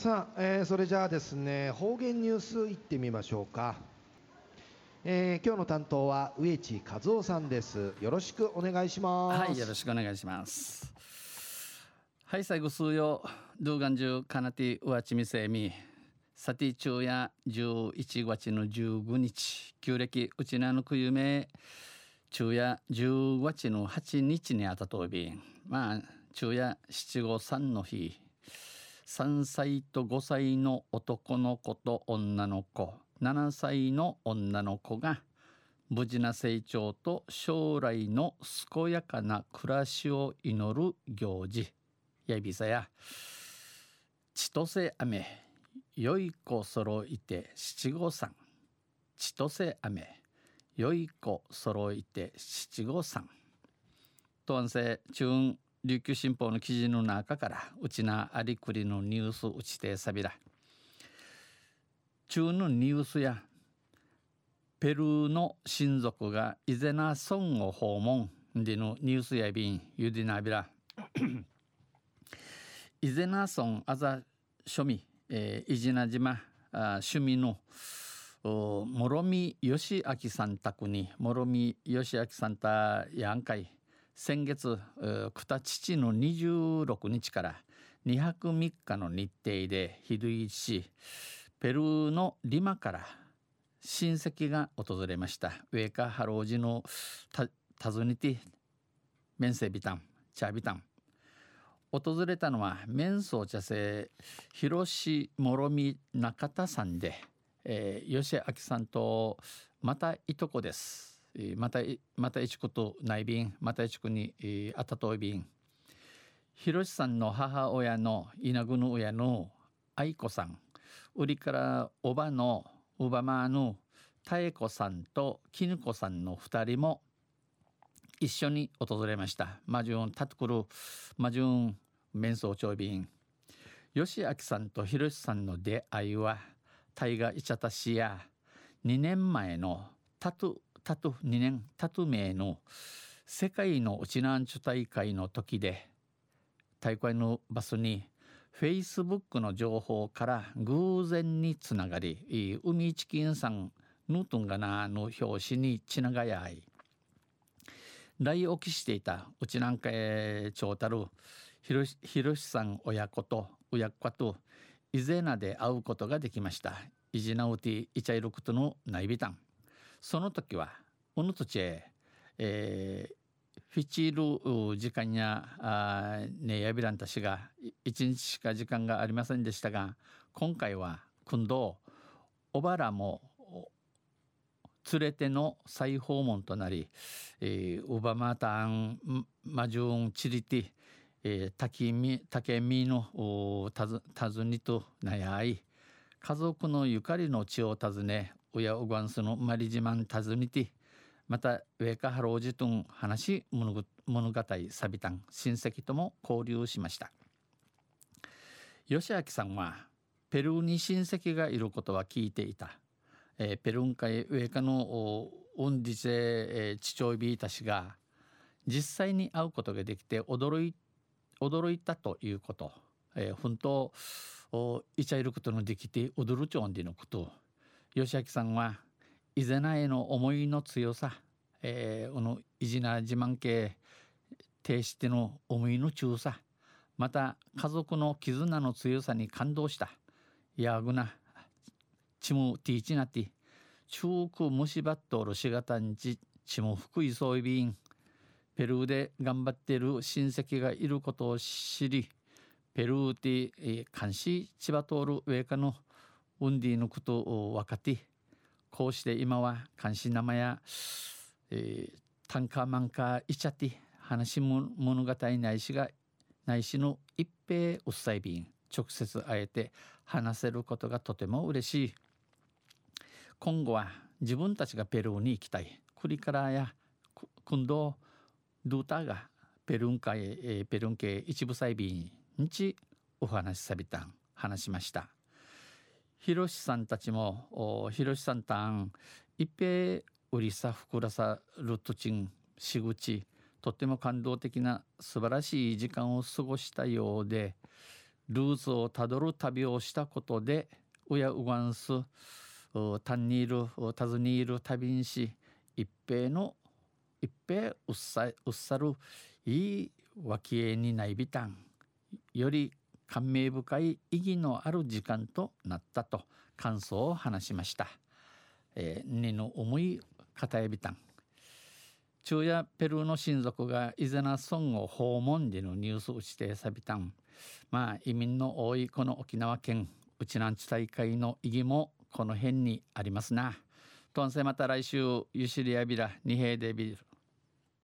さあ、それじゃあですね、方言ニュースいってみましょうか。今日の担当は植地和夫さんです。よろしくお願いしはい、よろます。 しくお願いします。はい、最後数曜、ドゥーガンジュカナティウアチミセミ、サティチュウヤ11月の15日、旧暦うちなのくゆめ、昼夜10月の8日にあたとび、昼夜7号3の日、3歳と5歳の男の子と女の子、7歳の女の子が、無事な成長と将来の健やかな暮らしを祈る行事。やびさや、千歳雨、よい子揃いて七五三。千歳雨、よい子揃いて七五三。とんせ中琉球新報の記事の中からうちなありくりのニュースうちてさびら。中のニュースやペルーの親族がイゼナ村を訪問でのニュースやびんゆでなびらイゼナ村あざ庶民、イジナ島趣味の諸見義明さん宅に諸見義明さんたやんかい先月九田父の26日から2泊3日の日程で昼入りしペルーのリマから親戚が訪れました。上かハロージの訪ねて面世ビタンチャビタン訪れたのは面相茶製広志諸見中田さんで、吉明さんとまたいとこです。またいちこと内便またいちこに、あたとい便広志さんの母親の稲具の親の愛子さん売りからおばのおばまの妙子さんと絹子さんの2人も一緒に訪れました。マジュンタトクルマジュン面相長便吉明さんと広志さんの出会いは大河イチャタシや2年前のタト名の世界のウチナンチュ大会の時で大会のバスにフェイスブックの情報から偶然につながり海チキンさんヌートンガナの表紙にちながやい来沖していたうちなんかへ長たるひろしさん親子とイゼナで会うことができました。イジナウティイチャイルクトのナイビタンその時はうぬとちへ、フィチル時間やねやびらんたしが1日しか時間がありませんでしたが今回は今度おばらも連れての再訪問となり、ウバマタンマジュンチリティ、竹見の訪ねとなやい家族のゆかりの地を訪ね親うがんすのマリジマン訪ねてまたウェカハロージトン話物語サビタン親戚とも交流しました。吉明さんはペルーに親戚がいることは聞いていた。ペルンカイウェカのウンディセチチョイビータ氏が実際に会うことができて驚いたということ、本当イチャイルクトのできて驚るちょんでのこと吉明さんはイゼナへの思いの強さ、イジナ自慢系呈しての思いの強さまた家族の絆の強さに感動した。やぐなチムティーチナティ中空虫バットルシガタンチチム福井総備員ペルーで頑張っている親戚がいることを知りペルーティ監視千葉通る上下のウンディのことを分かってこうして今は監視生や、タンカーマンカーイチャティ話物語ないしの一平うっさい便直接会えて話せることがとても嬉しい。今後は自分たちがペルーに行きたいクリカラーや今度ドゥーターがペルン系一部細便にちお話しさびたん話しました。ひろしさんたちもひろしさんたん一平うりさふくらさるとちんしぐちとっても感動的な素晴らしい時間を過ごしたようでルーツをたどる旅をしたことでうやうがんす単にいる尋にいる旅んし一平うっさるいい脇絵にないびたんより感銘深い意義のある時間となったと感想を話しました。にの思い方やびたん昼夜ペルーの親族がイゼナ村を訪問でのニュースをしてさびたん移民の多いこの沖縄県うちなんち大会の意義もこの辺にありますな。とんせまた来週ゆしりやびら二平でびる